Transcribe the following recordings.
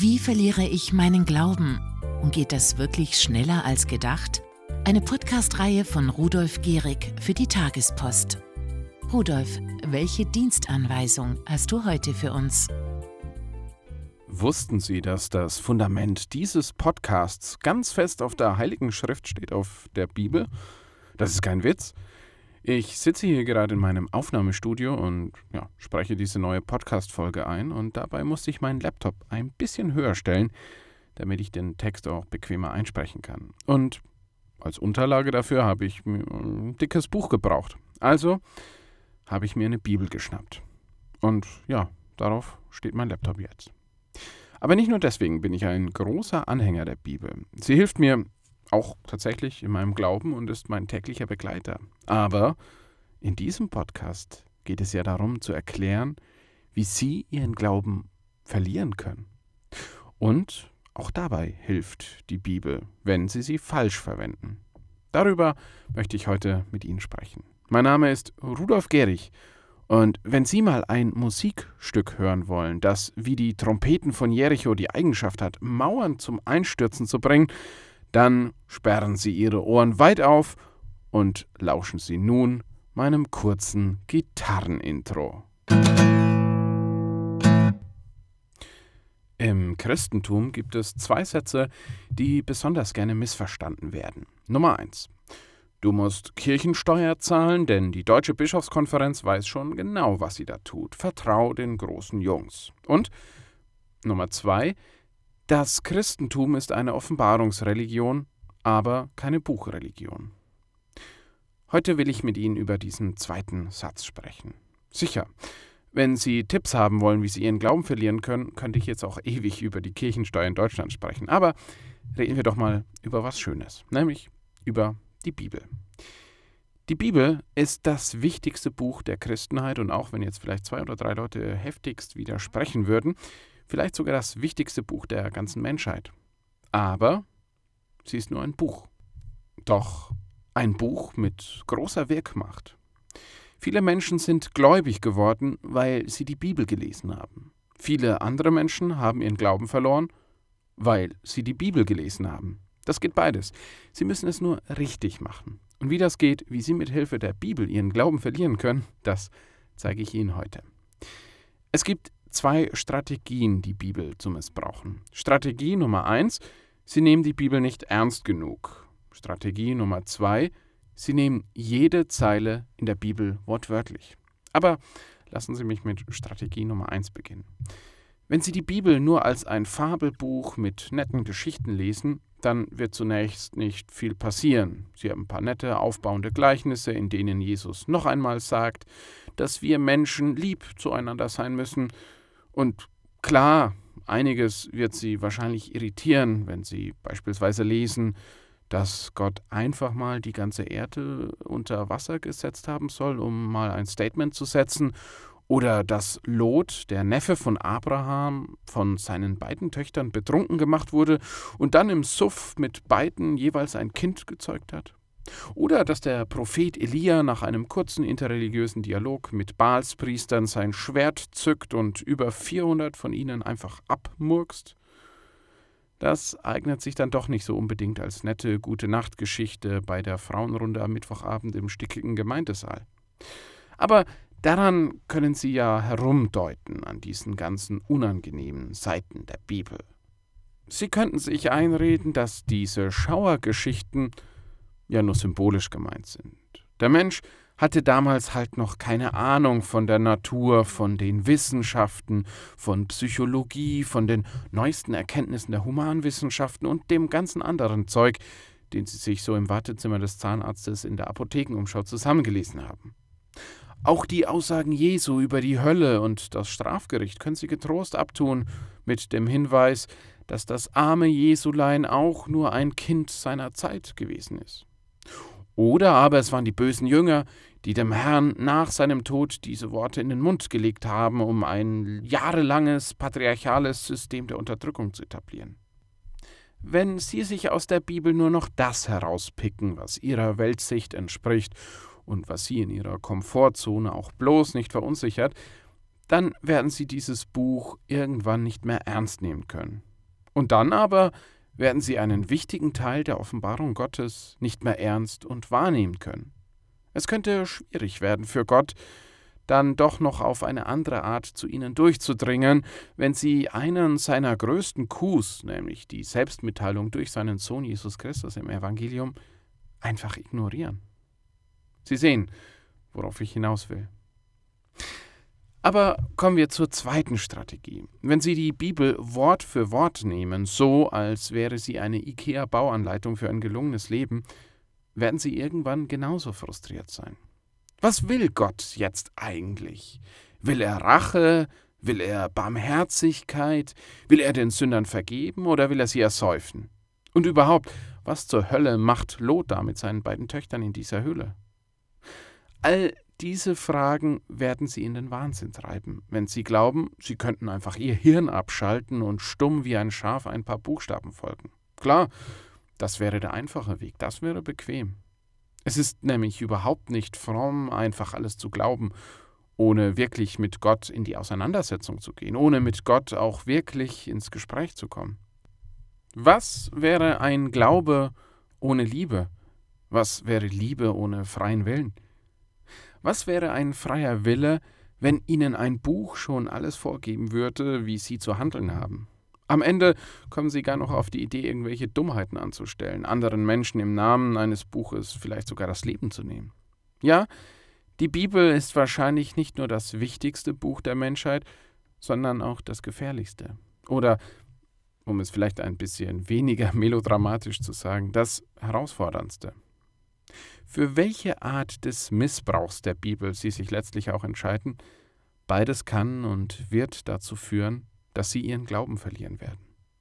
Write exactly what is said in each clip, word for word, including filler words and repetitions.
Wie verliere ich meinen Glauben? Und geht das wirklich schneller als gedacht? Eine Podcast-Reihe von Rudolf Gehrig für die Tagespost. Rudolf, welche Dienstanweisung hast du heute für uns? Wussten Sie, dass das Fundament dieses Podcasts ganz fest auf der Heiligen Schrift steht, auf der Bibel? Das ist kein Witz. Ich sitze hier gerade in meinem Aufnahmestudio und ja, spreche diese neue Podcast-Folge ein und dabei musste ich meinen Laptop ein bisschen höher stellen, damit ich den Text auch bequemer einsprechen kann. Und als Unterlage dafür habe ich mir ein dickes Buch gebraucht. Also habe ich mir eine Bibel geschnappt. Und ja, darauf steht mein Laptop jetzt. Aber nicht nur deswegen bin ich ein großer Anhänger der Bibel. Sie hilft mir auch tatsächlich in meinem Glauben und ist mein täglicher Begleiter. Aber in diesem Podcast geht es ja darum zu erklären, wie Sie Ihren Glauben verlieren können. Und auch dabei hilft die Bibel, wenn Sie sie falsch verwenden. Darüber möchte ich heute mit Ihnen sprechen. Mein Name ist Rudolf Gehrig. Und wenn Sie mal ein Musikstück hören wollen, das wie die Trompeten von Jericho die Eigenschaft hat, Mauern zum Einstürzen zu bringen, dann sperren Sie Ihre Ohren weit auf und lauschen Sie nun meinem kurzen Gitarrenintro. Im Christentum gibt es zwei Sätze, die besonders gerne missverstanden werden. Nummer eins. Du musst Kirchensteuer zahlen, denn die Deutsche Bischofskonferenz weiß schon genau, was sie da tut. Vertrau den großen Jungs. Und Nummer zwei. Das Christentum ist eine Offenbarungsreligion, aber keine Buchreligion. Heute will ich mit Ihnen über diesen zweiten Satz sprechen. Sicher, wenn Sie Tipps haben wollen, wie Sie Ihren Glauben verlieren können, könnte ich jetzt auch ewig über die Kirchensteuer in Deutschland sprechen. Aber reden wir doch mal über was Schönes, nämlich über die Bibel. Die Bibel ist das wichtigste Buch der Christenheit und auch wenn jetzt vielleicht zwei oder drei Leute heftigst widersprechen würden, vielleicht sogar das wichtigste Buch der ganzen Menschheit. Aber sie ist nur ein Buch. Doch ein Buch mit großer Wirkmacht. Viele Menschen sind gläubig geworden, weil sie die Bibel gelesen haben. Viele andere Menschen haben ihren Glauben verloren, weil sie die Bibel gelesen haben. Das geht beides. Sie müssen es nur richtig machen. Und wie das geht, wie Sie mit Hilfe der Bibel Ihren Glauben verlieren können, das zeige ich Ihnen heute. Es gibt zwei Strategien, die Bibel zu missbrauchen. Strategie Nummer eins, Sie nehmen die Bibel nicht ernst genug. Strategie Nummer zwei, Sie nehmen jede Zeile in der Bibel wortwörtlich. Aber lassen Sie mich mit Strategie Nummer eins beginnen. Wenn Sie die Bibel nur als ein Fabelbuch mit netten Geschichten lesen, dann wird zunächst nicht viel passieren. Sie haben ein paar nette, aufbauende Gleichnisse, in denen Jesus noch einmal sagt, dass wir Menschen lieb zueinander sein müssen. Und klar, einiges wird Sie wahrscheinlich irritieren, wenn Sie beispielsweise lesen, dass Gott einfach mal die ganze Erde unter Wasser gesetzt haben soll, um mal ein Statement zu setzen. Oder dass Lot, der Neffe von Abraham, von seinen beiden Töchtern betrunken gemacht wurde und dann im Suff mit beiden jeweils ein Kind gezeugt hat. Oder dass der Prophet Elia nach einem kurzen interreligiösen Dialog mit Baalspriestern sein Schwert zückt und über vierhundert von ihnen einfach abmurkst. Das eignet sich dann doch nicht so unbedingt als nette Gute-Nacht-Geschichte bei der Frauenrunde am Mittwochabend im stickigen Gemeindesaal. Aber daran können Sie ja herumdeuten an diesen ganzen unangenehmen Seiten der Bibel. Sie könnten sich einreden, dass diese Schauergeschichten ja nur symbolisch gemeint sind. Der Mensch hatte damals halt noch keine Ahnung von der Natur, von den Wissenschaften, von Psychologie, von den neuesten Erkenntnissen der Humanwissenschaften und dem ganzen anderen Zeug, den Sie sich so im Wartezimmer des Zahnarztes in der Apothekenumschau zusammengelesen haben. Auch die Aussagen Jesu über die Hölle und das Strafgericht können Sie getrost abtun mit dem Hinweis, dass das arme Jesulein auch nur ein Kind seiner Zeit gewesen ist. Oder aber es waren die bösen Jünger, die dem Herrn nach seinem Tod diese Worte in den Mund gelegt haben, um ein jahrelanges patriarchales System der Unterdrückung zu etablieren. Wenn Sie sich aus der Bibel nur noch das herauspicken, was Ihrer Weltsicht entspricht und was Sie in Ihrer Komfortzone auch bloß nicht verunsichert, dann werden Sie dieses Buch irgendwann nicht mehr ernst nehmen können. Und dann aber werden sie einen wichtigen Teil der Offenbarung Gottes nicht mehr ernst und wahrnehmen können. Es könnte schwierig werden für Gott, dann doch noch auf eine andere Art zu ihnen durchzudringen, wenn sie einen seiner größten Coups, nämlich die Selbstmitteilung durch seinen Sohn Jesus Christus im Evangelium, einfach ignorieren. Sie sehen, worauf ich hinaus will. Aber kommen wir zur zweiten Strategie. Wenn Sie die Bibel Wort für Wort nehmen, so als wäre sie eine IKEA-Bauanleitung für ein gelungenes Leben, werden Sie irgendwann genauso frustriert sein. Was will Gott jetzt eigentlich? Will er Rache? Will er Barmherzigkeit? Will er den Sündern vergeben oder will er sie ersäufen? Und überhaupt, was zur Hölle macht Lothar mit seinen beiden Töchtern in dieser Höhle? All diese Fragen werden Sie in den Wahnsinn treiben, wenn Sie glauben, Sie könnten einfach Ihr Hirn abschalten und stumm wie ein Schaf ein paar Buchstaben folgen. Klar, das wäre der einfache Weg, das wäre bequem. Es ist nämlich überhaupt nicht fromm, einfach alles zu glauben, ohne wirklich mit Gott in die Auseinandersetzung zu gehen, ohne mit Gott auch wirklich ins Gespräch zu kommen. Was wäre ein Glaube ohne Liebe? Was wäre Liebe ohne freien Willen? Was wäre ein freier Wille, wenn Ihnen ein Buch schon alles vorgeben würde, wie Sie zu handeln haben? Am Ende kommen Sie gar noch auf die Idee, irgendwelche Dummheiten anzustellen, anderen Menschen im Namen eines Buches vielleicht sogar das Leben zu nehmen. Ja, die Bibel ist wahrscheinlich nicht nur das wichtigste Buch der Menschheit, sondern auch das gefährlichste. Oder, um es vielleicht ein bisschen weniger melodramatisch zu sagen, das herausforderndste. Für welche Art des Missbrauchs der Bibel Sie sich letztlich auch entscheiden, beides kann und wird dazu führen, dass Sie Ihren Glauben verlieren werden.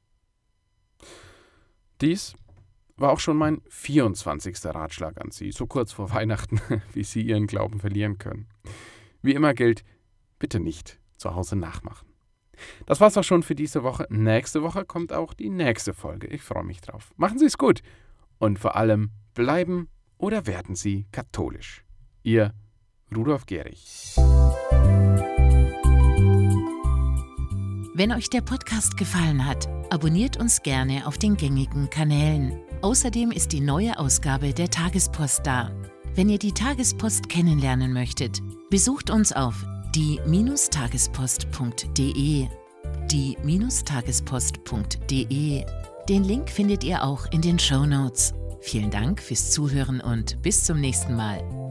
Dies war auch schon mein vierundzwanzigster Ratschlag an Sie, so kurz vor Weihnachten, wie Sie Ihren Glauben verlieren können. Wie immer gilt, bitte nicht zu Hause nachmachen. Das war's auch schon für diese Woche. Nächste Woche kommt auch die nächste Folge. Ich freue mich drauf. Machen Sie es gut und vor allem bleiben oder werden Sie katholisch. Ihr Rudolf Gehrig. Wenn euch der Podcast gefallen hat, abonniert uns gerne auf den gängigen Kanälen. Außerdem ist die neue Ausgabe der Tagespost da. Wenn ihr die Tagespost kennenlernen möchtet, besucht uns auf die tagespost punkt de. die tagespost punkt de. Den Link findet ihr auch in den Shownotes. Vielen Dank fürs Zuhören und bis zum nächsten Mal.